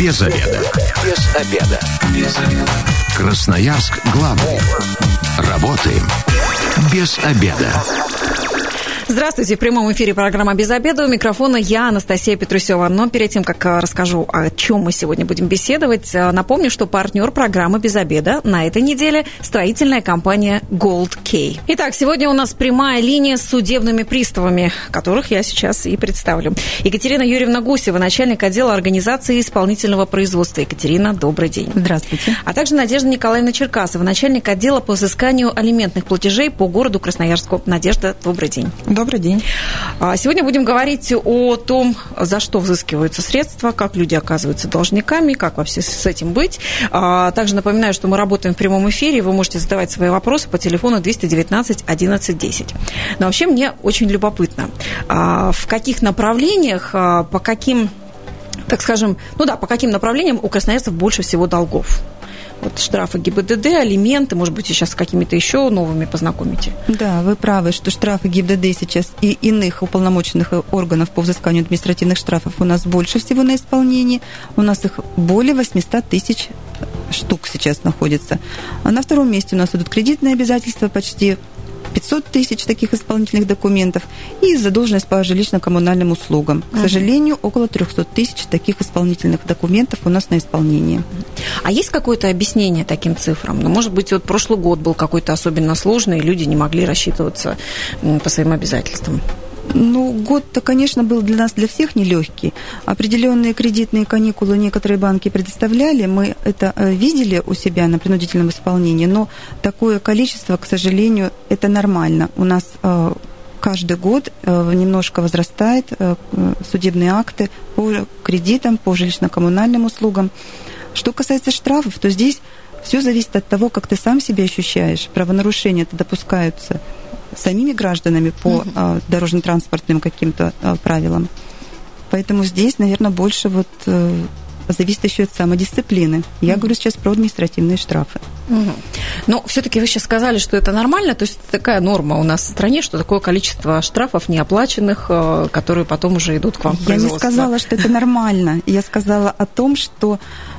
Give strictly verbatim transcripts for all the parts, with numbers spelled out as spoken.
Без обеда. Без обеда. Без обеда. Красноярск главный. Работаем без обеда. Здравствуйте, в прямом эфире программа «Без обеда». У микрофона я, Анастасия Петрусева. Но перед тем, как расскажу, о чем мы сегодня будем беседовать, напомню, что партнер программы «Без обеда» на этой неделе – строительная компания Gold Key. Итак, сегодня у нас прямая линия с судебными приставами, которых я сейчас и представлю. Екатерина Юрьевна Гусева, начальник отдела организации исполнительного производства. Екатерина, добрый день. Здравствуйте. А также Надежда Николаевна Черкасова, начальник отдела по взысканию алиментных платежей по городу Красноярску. Надежда, добрый день. Добрый день. Сегодня будем говорить о том, за что взыскиваются средства, как люди оказываются должниками, как вообще с этим быть. Также напоминаю, что мы работаем в прямом эфире, вы можете задавать свои вопросы по телефону двести девятнадцать одиннадцать десять. Но вообще мне очень любопытно, в каких направлениях, по каким, так скажем, ну да, по каким направлениям у красноярцев больше всего долгов? Вот штрафы ГИБДД, алименты, может быть, сейчас с какими-то еще новыми познакомите. Да, вы правы, что штрафы ГИБДД сейчас и иных уполномоченных органов по взысканию административных штрафов у нас больше всего на исполнении. У нас их более восемьсот тысяч штук сейчас находится. А на втором месте у нас идут кредитные обязательства, почти пятьсот тысяч таких исполнительных документов, и задолженность по жилищно-коммунальным услугам. К сожалению, около триста тысяч таких исполнительных документов у нас на исполнении. А есть какое-то объяснение таким цифрам? Ну, может быть, вот прошлый год был какой-то особенно сложный, и люди не могли рассчитываться по своим обязательствам? Ну, год-то, конечно, был для нас, для всех нелегкий. Определенные кредитные каникулы некоторые банки предоставляли. Мы это видели у себя на принудительном исполнении, но такое количество, к сожалению, это нормально. У нас каждый год немножко возрастает судебные акты по кредитам, по жилищно-коммунальным услугам. Что касается штрафов, то здесь все зависит от того, как ты сам себя ощущаешь. Правонарушения-то допускаются самими гражданами по uh-huh. дорожно-транспортным каким-то правилам. Поэтому здесь, наверное, больше вот зависит еще от самодисциплины. Я uh-huh. говорю сейчас про административные штрафы. Uh-huh. Но все-таки вы сейчас сказали, что это нормально, то есть такая норма у нас в стране, что такое количество штрафов неоплаченных, которые потом уже идут к вам в производство. Я не сказала, что это нормально. Я сказала о том, что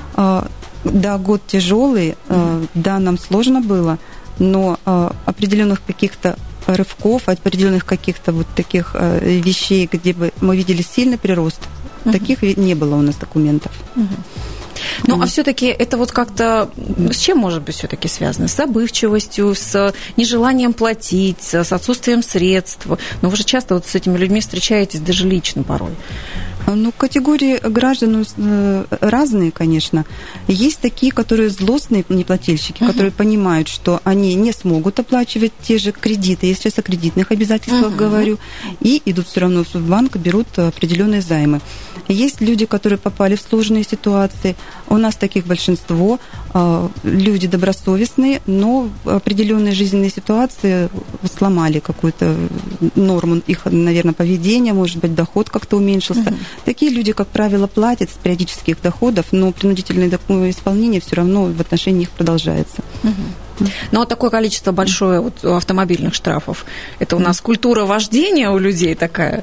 да, год тяжелый, uh-huh. да, нам сложно было, но определенных каких-то рывков, определенных каких-то вот таких э, вещей, где бы мы видели сильный прирост, uh-huh. таких не было у нас документов. Uh-huh. Ну, mm. а все-таки это вот как-то с чем может быть все-таки связано? С забывчивостью, с нежеланием платить, с отсутствием средств. Но вы же часто вот с этими людьми встречаетесь даже лично порой. Ну, категории граждан разные, конечно. Есть такие, которые злостные неплательщики, uh-huh. которые понимают, что они не смогут оплачивать те же кредиты, я сейчас о кредитных обязательствах uh-huh. говорю, и идут все равно в банк, берут определенные займы. Есть люди, которые попали в сложные ситуации. У нас таких большинство. Люди добросовестные, но определенные жизненные ситуации сломали какую-то норму их, наверное, поведения, может быть, доход как-то уменьшился. Uh-huh. Такие люди, как правило, платят с периодических доходов, но принудительное исполнение все равно в отношении них продолжается. Uh-huh. Ну, вот такое количество большое вот, автомобильных штрафов. Это у нас культура вождения у людей такая?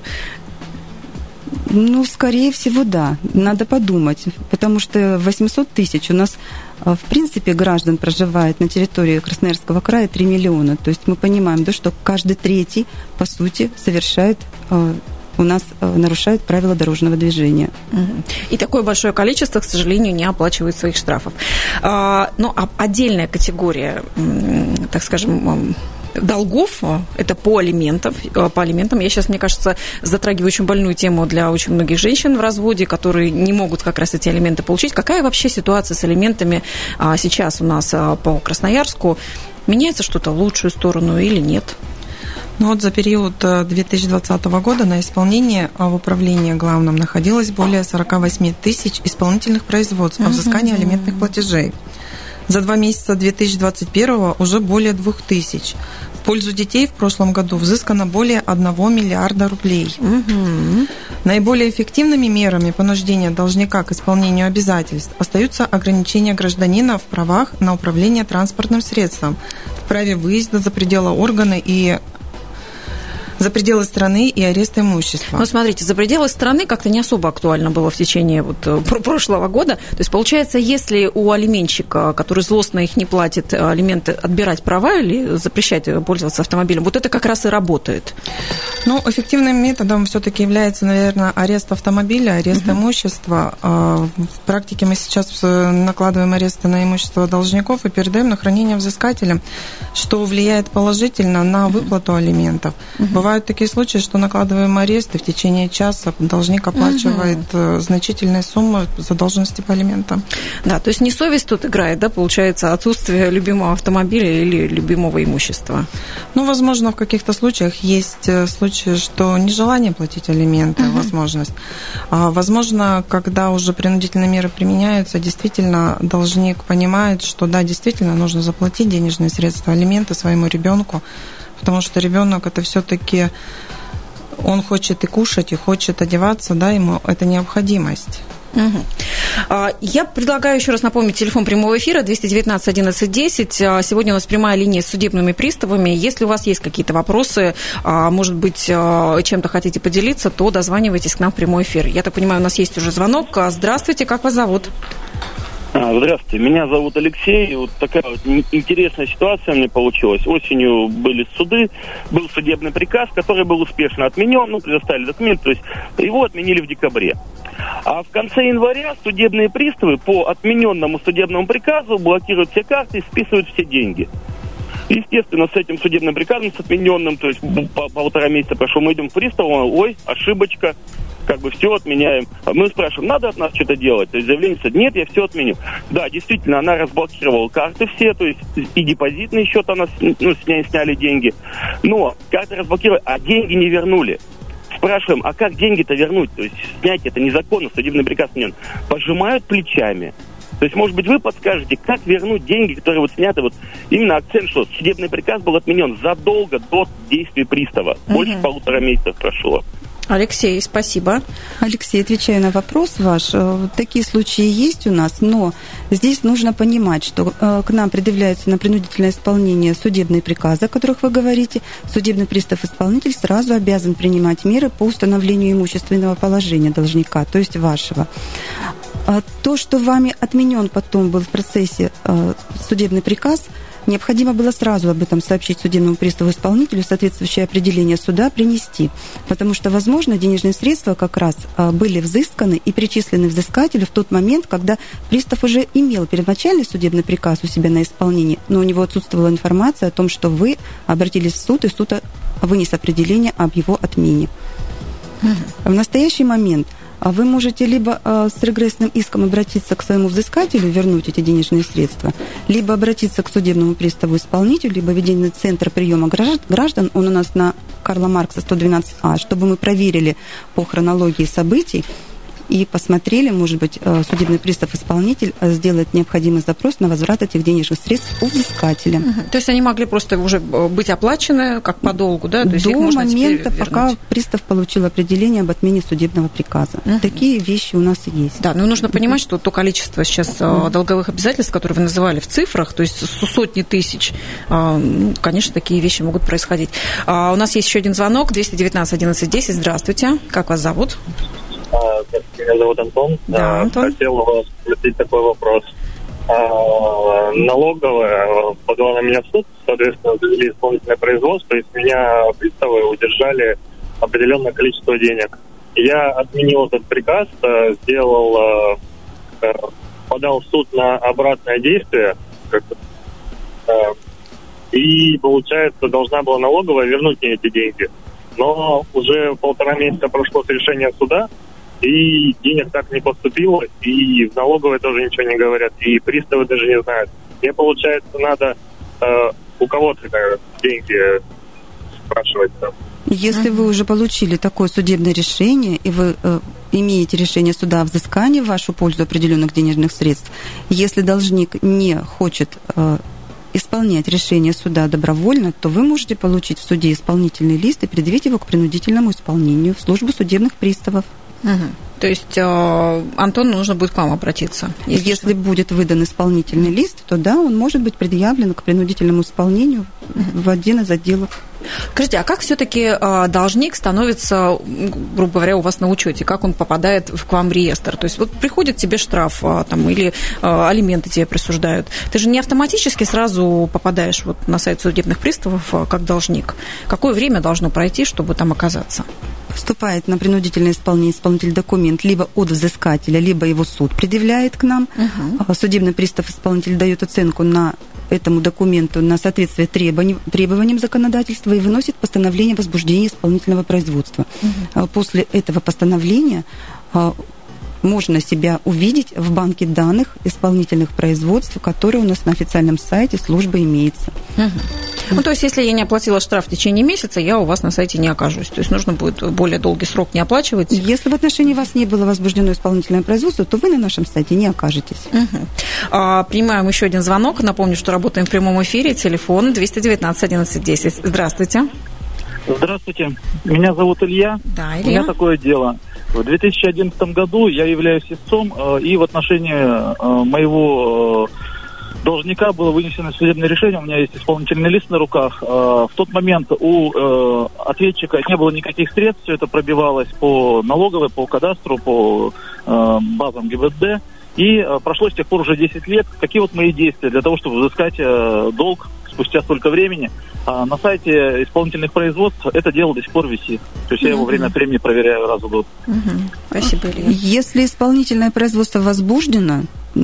Ну, скорее всего, да. Надо подумать, потому что восемьсот тысяч у нас, в принципе, граждан проживает на территории Красноярского края три миллиона. То есть мы понимаем, да, что каждый третий, по сути, совершает... у нас нарушают правила дорожного движения. И такое большое количество, к сожалению, не оплачивает своих штрафов. Ну, а отдельная категория, так скажем, долгов, это по алиментам. По алиментам я сейчас, мне кажется, затрагиваю очень больную тему для очень многих женщин в разводе, которые не могут как раз эти алименты получить. Какая вообще ситуация с алиментами сейчас у нас по Красноярску? Меняется что-то в лучшую сторону или нет? Ну вот за период две тысячи двадцатого года на исполнении в управлении главном находилось более сорок восемь тысяч исполнительных производств о взыскании алиментных платежей. За два месяца две тысячи двадцать первого уже более двух тысяч. В пользу детей в прошлом году взыскано более одного миллиарда рублей. Угу. Наиболее эффективными мерами понуждения должника к исполнению обязательств остаются ограничения гражданина в правах на управление транспортным средством, в праве выезда за пределы органа и за пределы страны и арест имущества. Ну, смотрите, за пределы страны как-то не особо актуально было в течение вот прошлого года. То есть, получается, если у алименщика, который злостно их не платит, алименты, отбирать права или запрещать пользоваться автомобилем, вот это как раз и работает. Ну, эффективным методом все-таки является, наверное, арест автомобиля, арест uh-huh. имущества. В практике мы сейчас накладываем аресты на имущество должников и передаем на хранение взыскателям, что влияет положительно на выплату алиментов. Uh-huh. Бывают такие случаи, что накладываем арест, и в течение часа должник оплачивает uh-huh. значительные суммы задолженности по алиментам. Да, то есть не совесть тут играет, да, получается, отсутствие любимого автомобиля или любимого имущества? Ну, возможно, в каких-то случаях есть случаи, что нежелание платить алименты, uh-huh. возможность. А, возможно, когда уже принудительные меры применяются, действительно должник понимает, что да, действительно нужно заплатить денежные средства, алименты своему ребенку, потому что ребенок это все-таки он хочет и кушать, и хочет одеваться, да, ему это необходимость. Угу. Я предлагаю еще раз напомнить телефон прямого эфира двести девятнадцать одиннадцать десять. Сегодня у нас прямая линия с судебными приставами. Если у вас есть какие-то вопросы, может быть, чем-то хотите поделиться, то дозванивайтесь к нам в прямой эфир. Я так понимаю, у нас есть уже звонок. Здравствуйте, как вас зовут? Здравствуйте, меня зовут Алексей. Вот такая вот интересная ситуация мне получилась. Осенью были суды, был судебный приказ, который был успешно отменен, ну, предоставили документ, то есть его отменили в декабре. А в конце января судебные приставы по отмененному судебному приказу блокируют все карты и списывают все деньги. Естественно, с этим судебным приказом, с отмененным, то есть по полтора месяца прошло, мы идем к приставу, ой, ошибочка, как бы все отменяем. Мы спрашиваем, надо от нас что-то делать? То есть заявление, нет, я все отменю. Да, действительно, она разблокировала карты все, то есть и депозитный счет она, ну, с ней сняли деньги. Но карты разблокировали, а деньги не вернули. Спрашиваем, а как деньги-то вернуть? То есть снять это незаконно, судебный приказ отменен. Пожимают плечами. То есть, может быть, вы подскажете, как вернуть деньги, которые вот сняты, вот именно акцент, что судебный приказ был отменен задолго до действий пристава. Больше угу. полутора месяцев прошло. Алексей, спасибо. Алексей, отвечаю на вопрос ваш. Такие случаи есть у нас, но здесь нужно понимать, что к нам предъявляются на принудительное исполнение судебные приказы, о которых вы говорите. Судебный пристав-исполнитель сразу обязан принимать меры по установлению имущественного положения должника, то есть вашего. То, что вами отменен потом был в процессе судебный приказ, необходимо было сразу об этом сообщить судебному приставу-исполнителю, соответствующее определение суда принести, потому что, возможно, денежные средства как раз были взысканы и причислены взыскателю в тот момент, когда пристав уже имел первоначальный судебный приказ у себя на исполнение, но у него отсутствовала информация о том, что вы обратились в суд, и суд вынес определение об его отмене. В настоящий момент вы можете либо с регрессным иском обратиться к своему взыскателю, вернуть эти денежные средства, либо обратиться к судебному приставу-исполнителю, либо в единый центр приема граждан, он у нас на Карла Маркса сто двенадцать А, чтобы мы проверили по хронологии событий и посмотрели, может быть, судебный пристав-исполнитель сделает необходимый запрос на возврат этих денежных средств у взыскателя. Угу. То есть они могли просто уже быть оплачены как по долгу, да? То есть до их можно момента, пока пристав получил определение об отмене судебного приказа. Угу. Такие вещи у нас есть. Да, но нужно понимать, что то количество сейчас угу. долговых обязательств, которые вы называли в цифрах, то есть сотни тысяч, конечно, такие вещи могут происходить. У нас есть еще один звонок, двести девятнадцать одиннадцать десять. Здравствуйте, как вас зовут? Меня зовут Антон. Да, Антон. Хотел у вас спросить такой вопрос. Налоговая подала на меня в суд, соответственно, завели исполнительное производство, и с меня приставы удержали определенное количество денег. Я отменил этот приказ, сделал, подал в суд на обратное действие, и, получается, должна была налоговая вернуть мне эти деньги. Но уже полтора месяца прошло с решения суда, и денег так не поступило, и в налоговой тоже ничего не говорят, и приставы даже не знают. Мне, получается, надо э, у кого-то деньги спрашивать. Если вы уже получили такое судебное решение, и вы э, имеете решение суда о взыскании в вашу пользу определенных денежных средств, если должник не хочет э, исполнять решение суда добровольно, то вы можете получить в суде исполнительный лист и предъявить его к принудительному исполнению в службу судебных приставов. Угу. То есть э, Антону нужно будет к вам обратиться. Если, если что. Будет выдан исполнительный лист, то да, он может быть предъявлен к принудительному исполнению угу. в один из отделов Скажите, а как все-таки должник становится, грубо говоря, у вас на учете? Как он попадает к вам в реестр? То есть вот приходит тебе штраф там, или алименты тебе присуждают. Ты же не автоматически сразу попадаешь вот на сайт судебных приставов как должник. Какое время должно пройти, чтобы там оказаться? Поступает на принудительное исполнение исполнитель документ либо от взыскателя, либо его суд предъявляет к нам. Угу. Судебный пристав-исполнитель дает оценку на этому документу на соответствие требованиям, требованиям законодательства и выносит постановление о возбуждении исполнительного производства. Угу. После этого постановления можно себя увидеть в банке данных исполнительных производств, которые у нас на официальном сайте службы имеется. Угу. Ну, то есть, если я не оплатила штраф в течение месяца, я у вас на сайте не окажусь. То есть, нужно будет более долгий срок не оплачивать. Если в отношении вас не было возбуждено исполнительное производство, то вы на нашем сайте не окажетесь. Угу. А, принимаем еще один звонок. Напомню, что работаем в прямом эфире. Телефон двести девятнадцать одиннадцать десять. Здравствуйте. Здравствуйте. Меня зовут Илья. Да, Илья. У меня такое дело. В две тысячи одиннадцатом году я являюсь истцом, и в отношении моего должника было вынесено судебное решение. У меня есть исполнительный лист на руках. В тот момент у ответчика не было никаких средств. Все это пробивалось по налоговой, по кадастру, по базам ГИБДД. И прошло с тех пор уже десять лет. Какие вот мои действия для того, чтобы взыскать долг спустя столько времени? А на сайте исполнительных производств это дело до сих пор висит. То есть я его время от времени проверяю раз в год. Угу. Спасибо, Илья. Если исполнительное производство возбуждено,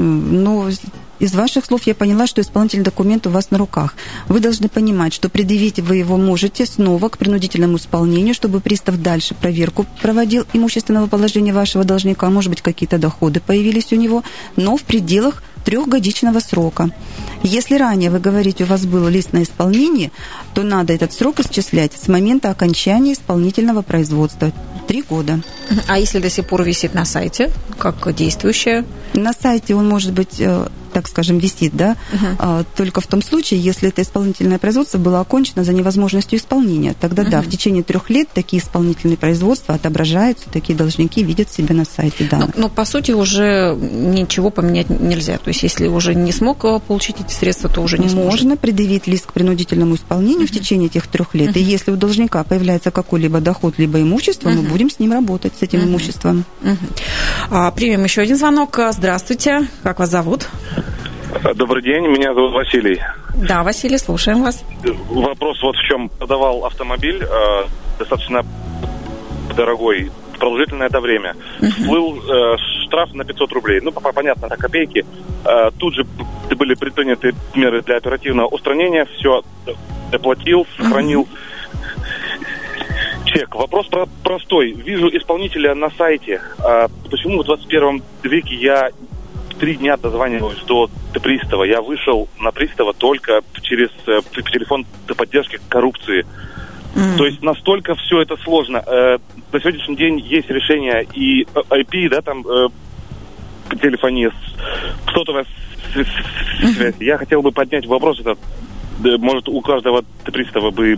ну, из ваших слов я поняла, что исполнительный документ у вас на руках. Вы должны понимать, что предъявить вы его можете снова к принудительному исполнению, чтобы пристав дальше проверку проводил имущественного положения вашего должника. Может быть, какие-то доходы появились у него, но в пределах трехгодичного срока. Если ранее, вы говорите, у вас был лист на исполнение, то надо этот срок исчислять с момента окончания исполнительного производства. Три года. А если до сих пор висит на сайте, как действующее? На сайте он может быть, так скажем, висит, да, uh-huh. только в том случае, если это исполнительное производство было окончено за невозможностью исполнения. Тогда, uh-huh. да, в течение трех лет такие исполнительные производства отображаются, такие должники видят себя на сайте, да. Но, но, по сути, уже ничего поменять нельзя. То есть, если уже не смог получить эти средства, то уже не сможет. Можно предъявить лист к принудительному исполнению uh-huh. в течение этих трех лет. Uh-huh. И если у должника появляется какой-либо доход, либо имущество, uh-huh. мы будем с ним работать, с этим uh-huh. имуществом. Uh-huh. А, примем еще один звонок. Здравствуйте. Как вас зовут? Добрый день, меня зовут Василий. Да, Василий, слушаем вас. Вопрос вот в чем. Продавал автомобиль э, достаточно дорогой, продолжительное это время. Uh-huh. Всплыл э, штраф на пятьсот рублей. Ну, понятно, это копейки. Э, тут же были предприняты меры для оперативного устранения. Все оплатил, сохранил uh-huh. чек. Вопрос про- простой. Вижу исполнителя на сайте. Э, почему в двадцать первом веке я три дня дозваниваюсь до пристава? Я вышел на пристава только через э, телефон поддержки коррупции. Mm. То есть настолько все это сложно. Э, на сегодняшний день есть решение и ай пи, да, там э, телефония, сотовая связь. Mm-hmm. Я хотел бы поднять вопрос этот. Может, у каждого пристава бы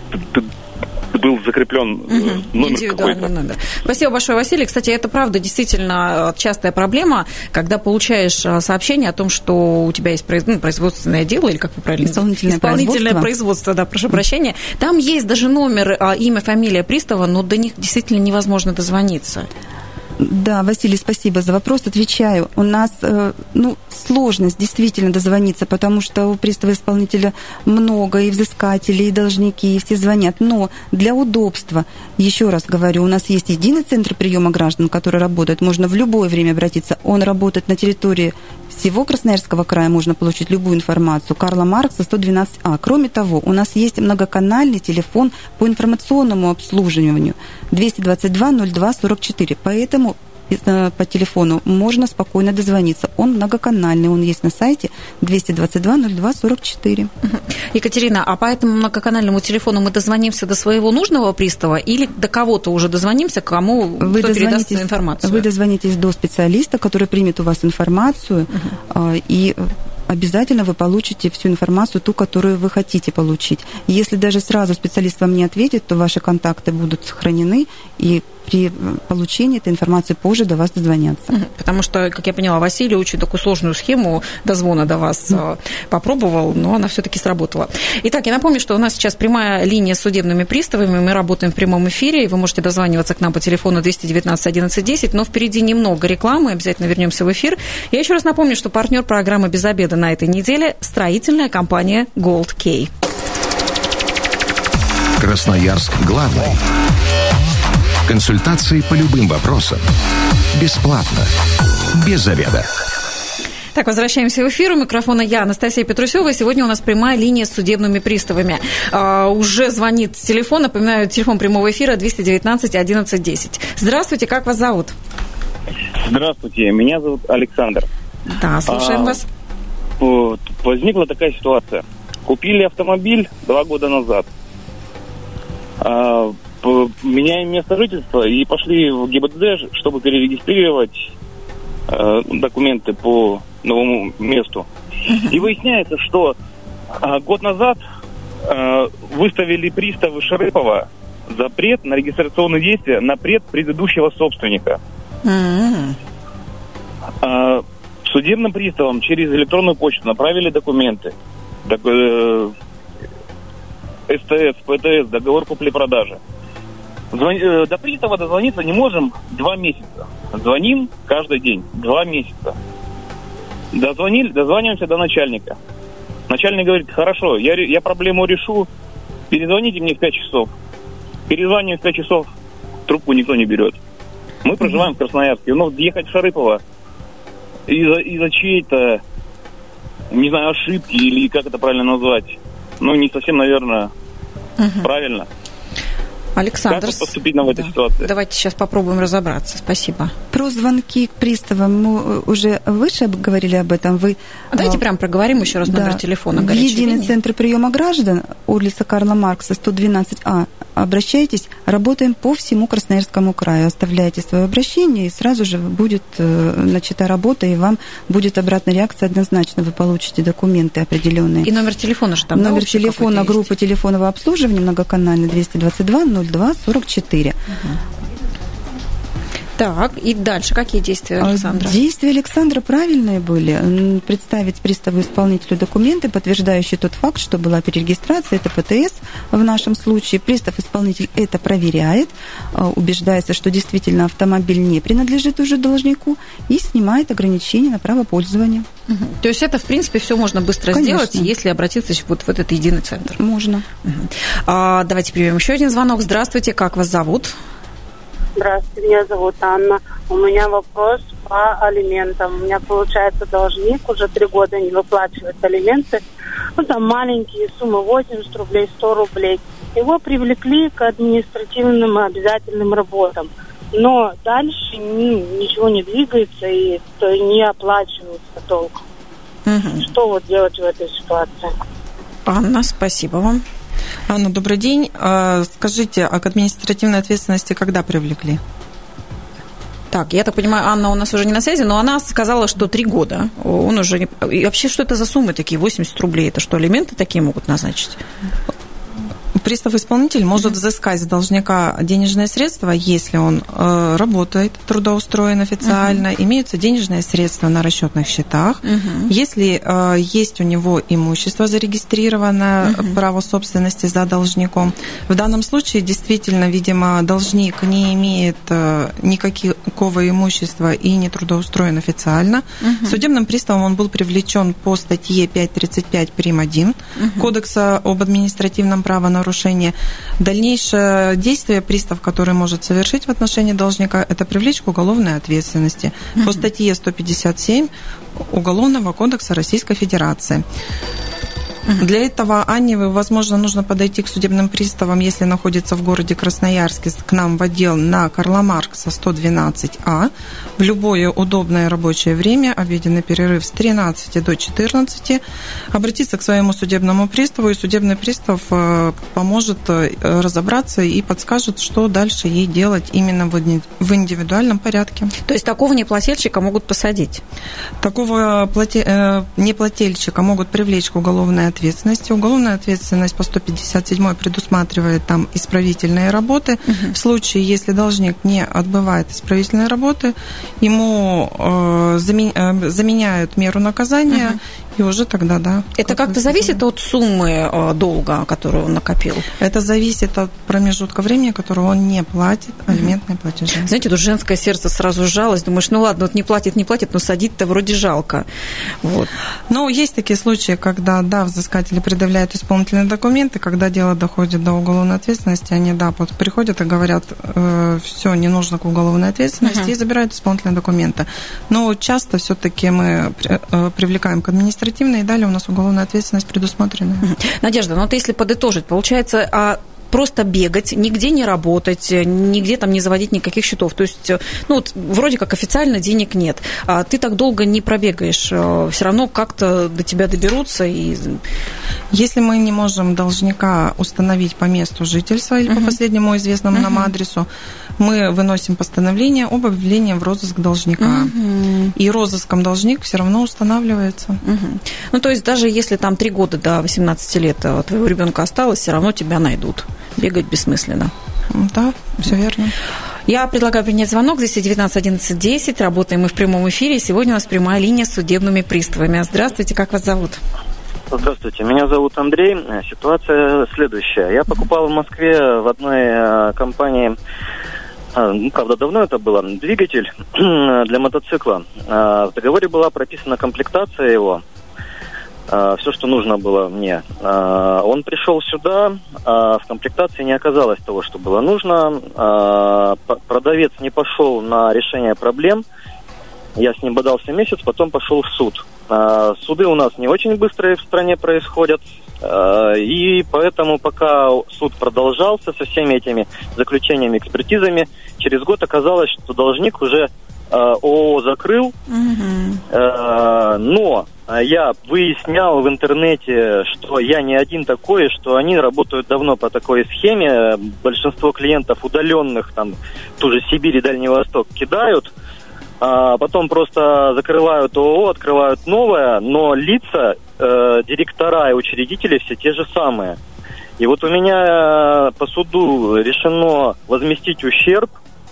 был закреплен угу. номер какой-то. Номер. Спасибо большое, Василий. Кстати, это правда действительно частая проблема, когда получаешь сообщение о том, что у тебя есть ну, производственное дело, или как вы правильно исполнительное, исполнительное производство. производство, да, прошу прощения. Там есть даже номер, имя, фамилия пристава, но до них действительно невозможно дозвониться. Да, Василий, спасибо за вопрос. Отвечаю. У нас ну, сложность действительно дозвониться, потому что у пристава-исполнителя много, и взыскателей, и должники, и все звонят. Но для удобства, еще раз говорю, у нас есть единый центр приема граждан, который работает. Можно в любое время обратиться. Он работает на территории всего Красноярского края, можно получить любую информацию. Карла Маркса, сто двенадцать А. Кроме того, у нас есть многоканальный телефон по информационному обслуживанию двести двадцать два ноль два сорок четыре. Поэтому по телефону можно спокойно дозвониться. Он многоканальный, он есть на сайте двести двадцать два ноль два сорок четыре. Екатерина, а по этому многоканальному телефону мы дозвонимся до своего нужного пристава или до кого-то уже дозвонимся, кому вы кто передаст информацию? Вы дозвонитесь до специалиста, который примет у вас информацию, uh-huh. и обязательно вы получите всю информацию, ту, которую вы хотите получить. Если даже сразу специалист вам не ответит, то ваши контакты будут сохранены, и при получении этой информации позже до вас дозвонятся. Потому что, как я поняла, Василий очень такую сложную схему дозвона до вас mm. попробовал, но она все-таки сработала. Итак, я напомню, что у нас сейчас прямая линия с судебными приставами, мы работаем в прямом эфире, и вы можете дозваниваться к нам по телефону двести девятнадцать одиннадцать десять, но впереди немного рекламы, обязательно вернемся в эфир. Я еще раз напомню, что партнер программы «Без обеда» на этой неделе – строительная компания Gold Key. Красноярск главный. Консультации по любым вопросам. Бесплатно. Без заведа. Так, возвращаемся в эфир. У микрофона я, Анастасия Петрусева. Сегодня у нас прямая линия с судебными приставами. А, уже звонит телефон. Напоминаю, телефон прямого эфира двести девятнадцать одиннадцать десять. Здравствуйте, как вас зовут? Здравствуйте, меня зовут Александр. Да, слушаем а, вас. Вот, возникла такая ситуация. Купили автомобиль два года назад. А, меняем место жительства и пошли в ГИБДД, чтобы перерегистрировать э, документы по новому месту. И выясняется, что э, год назад э, выставили приставы Шарыпова запрет на регистрационные действия на пред предыдущего собственника. Mm-hmm. Э, судебным приставам через электронную почту направили документы. Так, э, СТС, ПТС, договор купли-продажи. Звон... До пристава дозвониться не можем два месяца. Звоним каждый день. Два месяца. Дозвонили, дозваниваемся до начальника. Начальник говорит, хорошо, я, я проблему решу. Перезвоните мне в пять часов. Перезваниваем в пять часов. Трубку никто не берет. Мы проживаем в Красноярске. Но ехать в Шарыпово из-за, из-за чьей-то, не знаю, ошибки или как это правильно назвать, ну, не совсем, наверное, uh-huh. правильно. Александр, как поступить нам в этой да. ситуации? Давайте сейчас попробуем разобраться. Спасибо. Про звонки к приставам мы уже выше говорили об этом. Вы, Давайте а, прям проговорим еще раз да, номер телефона. В единый линии. Центр приема граждан, улица Карла Маркса, сто двенадцать А. Обращайтесь. Работаем по всему Красноярскому краю. Оставляйте свое обращение, и сразу же будет э, начата работа, и вам будет обратная реакция однозначно. Вы получите документы определенные. И номер телефона же там. Номер да, телефона группы есть? Телефонного обслуживания многоканальный двести двадцать два ноль два сорок четыре. Угу. Так, и дальше какие действия Александра? Действия Александра правильные были. Представить приставу-исполнителю документы, подтверждающие тот факт, что была перерегистрация, это ПТС в нашем случае. Пристав-исполнитель это проверяет, убеждается, что действительно автомобиль не принадлежит уже должнику и снимает ограничения на право пользования. Угу. То есть это, в принципе, все можно быстро Конечно. сделать, если обратиться вот в этот единый центр? Можно. Угу. А, давайте примем еще один звонок. Здравствуйте, как вас зовут? Здравствуйте, меня зовут Анна. У меня вопрос по алиментам. У меня, получается, должник уже три года не выплачивает алименты. Ну, там маленькие суммы, восемьдесят рублей, сто рублей. Его привлекли к административным обязательным работам. Но дальше ни, ничего не двигается и то, не оплачивается толком. Угу. Что вот делать в этой ситуации? Анна, спасибо вам. Анна, добрый день. Скажите, а к административной ответственности когда привлекли? Так, я так понимаю, Анна у нас уже не на связи, но она сказала, что три года. Он уже не... И вообще, что это за суммы такие? восемьдесят рублей? Это что, алименты такие могут назначить? Пристав-исполнитель может взыскать с должника денежные средства, если он э, работает, трудоустроен официально, uh-huh. имеются денежные средства на расчетных счетах, uh-huh. если э, есть у него имущество зарегистрированное, uh-huh. право собственности за должником. В данном случае действительно, видимо, должник не имеет э, никакого имущества и не трудоустроен официально. Uh-huh. Судебным приставом он был привлечен по статье пятьсот тридцать пять прим. один uh-huh. Кодекса об административном правонарушении. Дальнейшее действие пристав, который может совершить в отношении должника, это привлечь к уголовной ответственности по статье сто пятьдесят семь Уголовного кодекса Российской Федерации. Для этого Анне, возможно, нужно подойти к судебным приставам, если находится в городе Красноярске, к нам в отдел на Карла Маркса сто двенадцать А. В любое удобное рабочее время, обеденный перерыв с тринадцати до четырнадцати, обратиться к своему судебному приставу, и судебный пристав поможет разобраться и подскажет, что дальше ей делать именно в индивидуальном порядке. То есть такого неплательщика могут посадить? Такого плате... неплательщика могут привлечь к уголовной ответственности. Уголовная ответственность по сто пятьдесят седьмой предусматривает там исправительные работы. Угу. В случае, если должник не отбывает исправительные работы, ему э, заменяют меру наказания, угу. и уже тогда, да. Это как-то зависит от суммы э, долга, которую он накопил? Это зависит от промежутка времени, который он не платит алиментные платежи. Знаете, тут женское сердце сразу сжалось. Думаешь, ну ладно, вот не платит, не платит, но садить-то вроде жалко. Вот. Но есть такие случаи, когда, да, взыскатели предъявляют исполнительные документы, когда дело доходит до уголовной ответственности, они, да, приходят и говорят, э, все, не нужно к уголовной ответственности, uh-huh. и забирают исполнительные документы. Но часто все-таки мы э, привлекаем к административной, и далее у нас уголовная ответственность предусмотрена. Uh-huh. Надежда, ну вот если подытожить, получается, а просто бегать, нигде не работать, нигде там не заводить никаких счетов. То есть, ну, вот, вроде как официально денег нет. А ты так долго не пробегаешь. Все равно как-то до тебя доберутся. И... Если мы не можем должника установить по месту жительства или uh-huh. по последнему известному uh-huh. нам адресу, мы выносим постановление об объявлении в розыск должника. Uh-huh. И розыском должник все равно устанавливается. Uh-huh. Ну, то есть, даже если там три года до восемнадцати лет твоего ребенка осталось, все равно тебя найдут. Бегать бессмысленно. Да, все верно. Я предлагаю принять звонок. Здесь девятнадцать одиннадцать десять. Работаем мы в прямом эфире. Сегодня у нас прямая линия с судебными приставами. Здравствуйте, как вас зовут? Здравствуйте, меня зовут Андрей. Ситуация следующая. Я покупал в Москве в одной компании, ну, правда, давно это было, двигатель для мотоцикла. В договоре была прописана комплектация его. Все, что нужно было мне. Он пришел сюда, в комплектации не оказалось того, что было нужно. Продавец не пошел на решение проблем. Я с ним бодался месяц, потом пошел в суд. Суды у нас не очень быстрые в стране происходят. И поэтому, пока суд продолжался со всеми этими заключениями, экспертизами, через год оказалось, что должник уже ООО закрыл. Mm-hmm. Но я выяснял в интернете, что я не один такой, что они работают давно по такой схеме. Большинство клиентов удаленных, там, ту же Сибирь и Дальний Восток, кидают, а потом просто закрывают ООО, открывают новое, но лица, э, директора и учредители все те же самые. И вот у меня по суду решено возместить ущерб,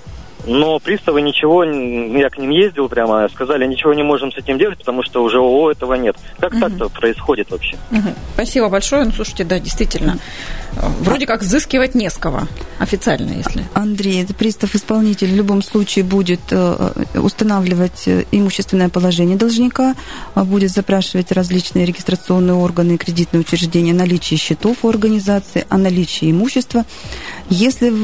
но приставы ничего, я к ним ездил прямо, сказали, ничего не можем с этим делать, потому что уже ООО этого нет. Как угу. так-то происходит вообще? Угу. Спасибо большое. Ну, слушайте, да, действительно, вроде как взыскивать не с кого, официально, если... Андрей, это пристав-исполнитель в любом случае будет устанавливать имущественное положение должника, будет запрашивать различные регистрационные органы и кредитные учреждения, наличие счетов у организации, о наличии имущества. Если...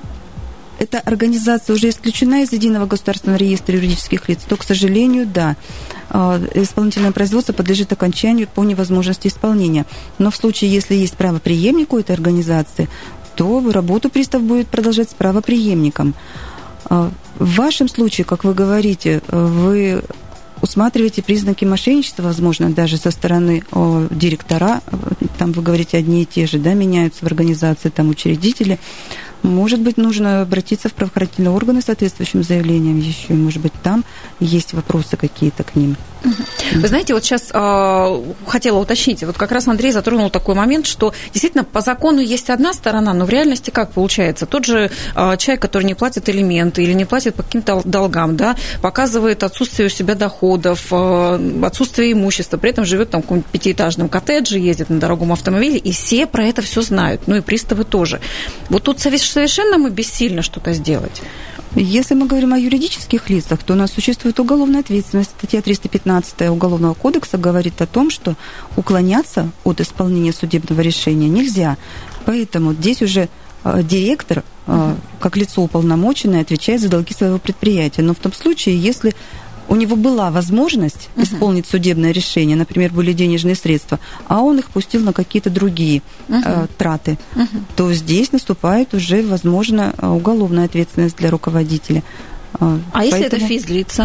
эта организация уже исключена из Единого государственного реестра юридических лиц, то, к сожалению, да, исполнительное производство подлежит окончанию по невозможности исполнения. Но в случае, если есть правопреемник у этой организации, то работу пристав будет продолжать с правопреемником. В вашем случае, как вы говорите, вы усматриваете признаки мошенничества, возможно, даже со стороны о, директора, там вы говорите одни и те же, да, меняются в организации там учредители. Может быть, нужно обратиться в правоохранительные органы с соответствующим заявлением еще, может быть, там есть вопросы какие-то к ним. Вы знаете, вот сейчас э, хотела уточнить, вот как раз Андрей затронул такой момент, что действительно по закону есть одна сторона, но в реальности как получается? Тот же э, человек, который не платит элементы или не платит по каким-то долгам, да, показывает отсутствие у себя доходов, э, отсутствие имущества, при этом живет там в каком-нибудь пятиэтажном коттедже, ездит на дорогом автомобиле, и все про это все знают, ну и приставы тоже. Вот тут совершенно мы бессильны что-то сделать. Если мы говорим о юридических лицах, то у нас существует уголовная ответственность. Статья триста пятнадцать Уголовного кодекса говорит о том, что уклоняться от исполнения судебного решения нельзя. Поэтому здесь уже директор, как лицо уполномоченное, отвечает за долги своего предприятия. Но в том случае, если у него была возможность uh-huh. исполнить судебное решение, например, были денежные средства, а он их пустил на какие-то другие uh-huh. э, траты, uh-huh. то здесь наступает уже, возможно, уголовная ответственность для руководителя. А Поэтому... если это физлица?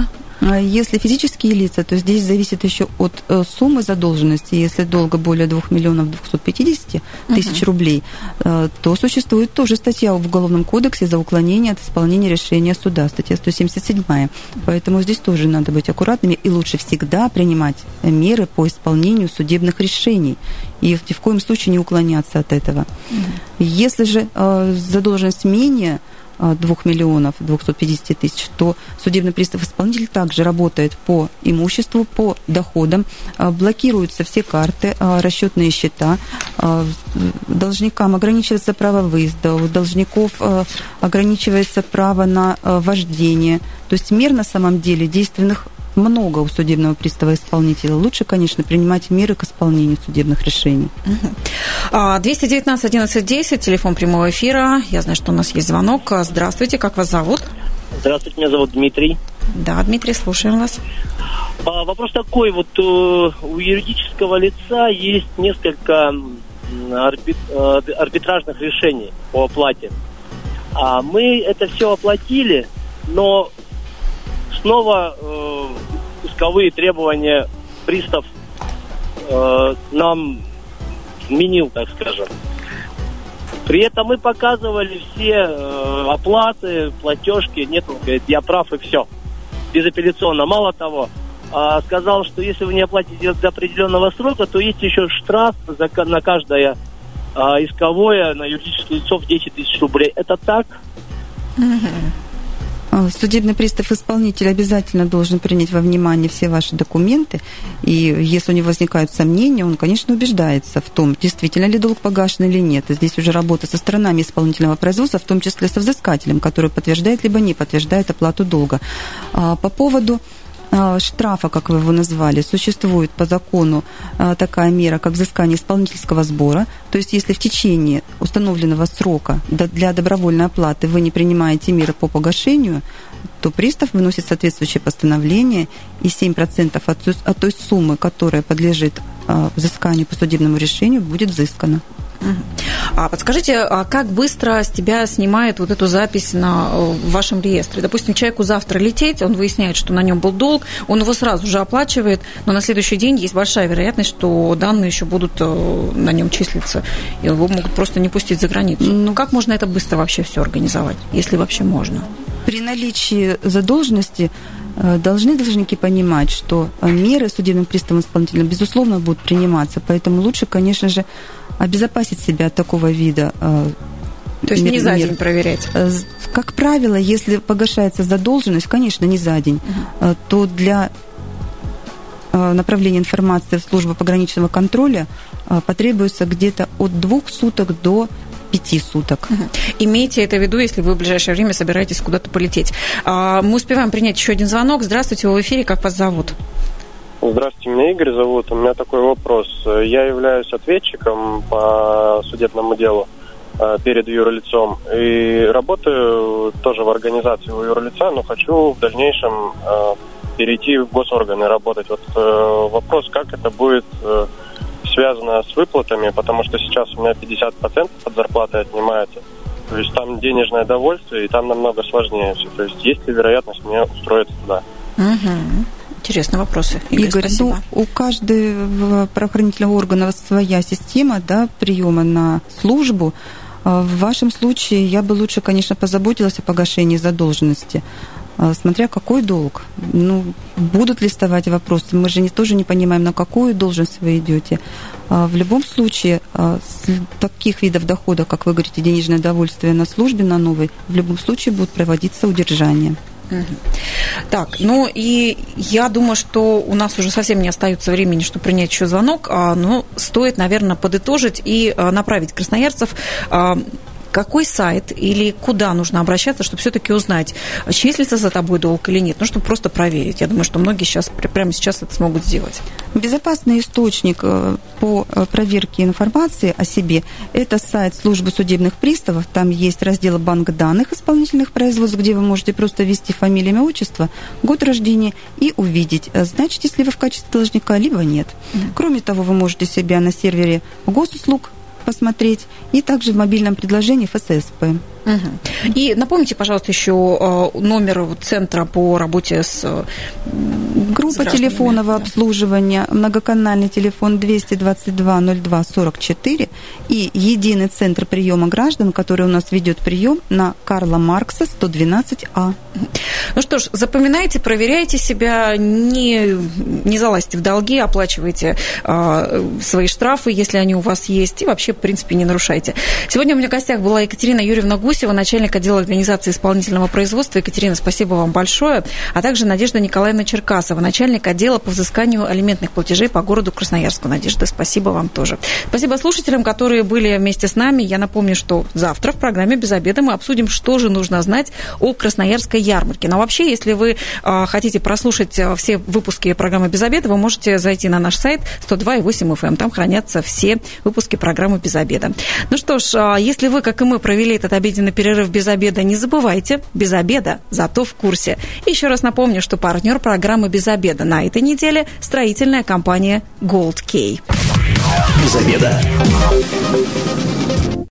Если физические лица, то здесь зависит еще от суммы задолженности. Если долга более двух миллионов двухсот пятидесяти тысяч uh-huh. рублей, то существует тоже статья в Уголовном кодексе за уклонение от исполнения решения суда, статья сто семьдесят седьмая. Поэтому здесь тоже надо быть аккуратными и лучше всегда принимать меры по исполнению судебных решений и ни в коем случае не уклоняться от этого. Uh-huh. Если же задолженность менее двух миллионов двухсот пятидесяти тысяч, то судебный пристав-исполнитель также работает по имуществу, по доходам, блокируются все карты, расчетные счета, должникам ограничивается право выезда, у должников ограничивается право на вождение. То есть мер на самом деле действенных много у судебного пристава-исполнителя. Лучше, конечно, принимать меры к исполнению судебных решений. двести девятнадцать одиннадцать десять, телефон прямого эфира. Я знаю, что у нас есть звонок. Здравствуйте, как вас зовут? Здравствуйте, меня зовут Дмитрий. Да, Дмитрий, слушаем вас. А, вопрос такой, вот у юридического лица есть несколько арбит, арбитражных решений по оплате. А мы это все оплатили, но снова э, исковые требования пристав э, нам вменил, так скажем. При этом мы показывали все э, оплаты, платежки. Нет, он говорит, я прав и все. Безапелляционно. Мало того, э, сказал, что если вы не оплатите до определенного срока, то есть еще штраф за, на каждое э, исковое на юридическое лицо в десять тысяч рублей. Это так? Судебный пристав-исполнитель обязательно должен принять во внимание все ваши документы, и если у него возникают сомнения, он, конечно, убеждается в том, действительно ли долг погашен или нет. И здесь уже работа со сторонами исполнительного производства, в том числе со взыскателем, который подтверждает либо не подтверждает оплату долга. По поводу штрафа, как вы его назвали, существует по закону такая мера, как взыскание исполнительского сбора. То есть, если в течение установленного срока для добровольной оплаты вы не принимаете меры по погашению, то пристав выносит соответствующее постановление, и семь процентов от той суммы, которая подлежит взысканию по судебному решению, будет взыскана. А подскажите, а как быстро с тебя снимает вот эту запись на, в вашем реестре? Допустим, человеку завтра лететь, он выясняет, что на нем был долг, он его сразу же оплачивает, но на следующий день есть большая вероятность, что данные еще будут на нем числиться, и его могут просто не пустить за границу. Ну, как можно это быстро вообще все организовать, если вообще можно? При наличии задолженности должны должники понимать, что меры судебным приставом исполнителя, безусловно, будут приниматься, поэтому лучше, конечно же, обезопасить себя от такого вида. То есть мер, не за день мер. проверять? Как правило, если погашается задолженность, конечно, не за день, uh-huh. то для направления информации в службу пограничного контроля потребуется где-то от двух суток до пяти суток. Угу. Имейте это в виду, если вы в ближайшее время собираетесь куда-то полететь. Мы успеваем принять еще один звонок. Здравствуйте, вы в эфире, как вас зовут? Здравствуйте, меня Игорь зовут. У меня такой вопрос. Я являюсь ответчиком по судебному делу перед юрлицом и работаю тоже в организации у юрлица, но хочу в дальнейшем перейти в госорганы работать. Вот вопрос, как это будет связано с выплатами, потому что сейчас у меня пятьдесят процентов от зарплаты отнимается. То есть там денежное довольствие, и там намного сложнее все. То есть есть ли вероятность мне устроиться туда? Угу. Интересные вопросы. Игорь, Игорь ну, у каждого правоохранительного органа своя система, да, приема на службу. В вашем случае я бы лучше, конечно, позаботилась о погашении задолженности. Смотря какой долг. Ну, будут ли вставать вопросы? Мы же не, тоже не понимаем, на какую должность вы идете. В любом случае, с таких видов дохода, как вы говорите, денежное довольствие на службе, на новой, в любом случае будут проводиться удержания. Так, ну и я думаю, что у нас уже совсем не остается времени, чтобы принять еще звонок, но стоит, наверное, подытожить и направить красноярцев. Какой сайт или куда нужно обращаться, чтобы все-таки узнать, числится за тобой долг или нет? Ну, чтобы просто проверить. Я думаю, что многие сейчас, прямо сейчас это смогут сделать. Безопасный источник по проверке информации о себе – это сайт службы судебных приставов. Там есть раздел «Банк данных исполнительных производств», где вы можете просто ввести фамилию, имя, отчество, год рождения и увидеть, значитесь ли вы в качестве должника, либо нет. Mm-hmm. Кроме того, вы можете себя на сервере госуслуг посмотреть, и также в мобильном приложении эф эс эс пэ. Угу. И напомните, пожалуйста, еще номер центра по работе с группа телефонного да. обслуживания, многоканальный телефон двести двадцать два ноль два сорок четыре и единый центр приема граждан, который у нас ведет прием на Карла Маркса сто двенадцать А. Ну что ж, запоминайте, проверяйте себя, не, не залазьте в долги, оплачивайте э, свои штрафы, если они у вас есть, и вообще, в принципе, не нарушайте. Сегодня у меня в гостях была Екатерина Юрьевна Гусева, начальник отдела организации исполнительного производства. Екатерина, спасибо вам большое. А также Надежда Николаевна Черкасова, начальник отдела по взысканию алиментных платежей по городу Красноярску. Надежда, спасибо вам тоже. Спасибо слушателям, которые были вместе с нами. Я напомню, что завтра в программе «Без обеда» мы обсудим, что же нужно знать о Красноярской ярмарке. Но вообще, если вы э, хотите прослушать все выпуски программы «Без обеда», вы можете зайти на наш сайт сто два и восемь эф эм. Там хранятся все выпуски программы «Без обеда». Ну что ж, э, если вы, как и мы, провели этот обеденный перерыв без обеда, не забывайте, без обеда, зато в курсе. И еще раз напомню, что партнер программы «Без обеда» на этой неделе – строительная компания Gold Key. Без обеда.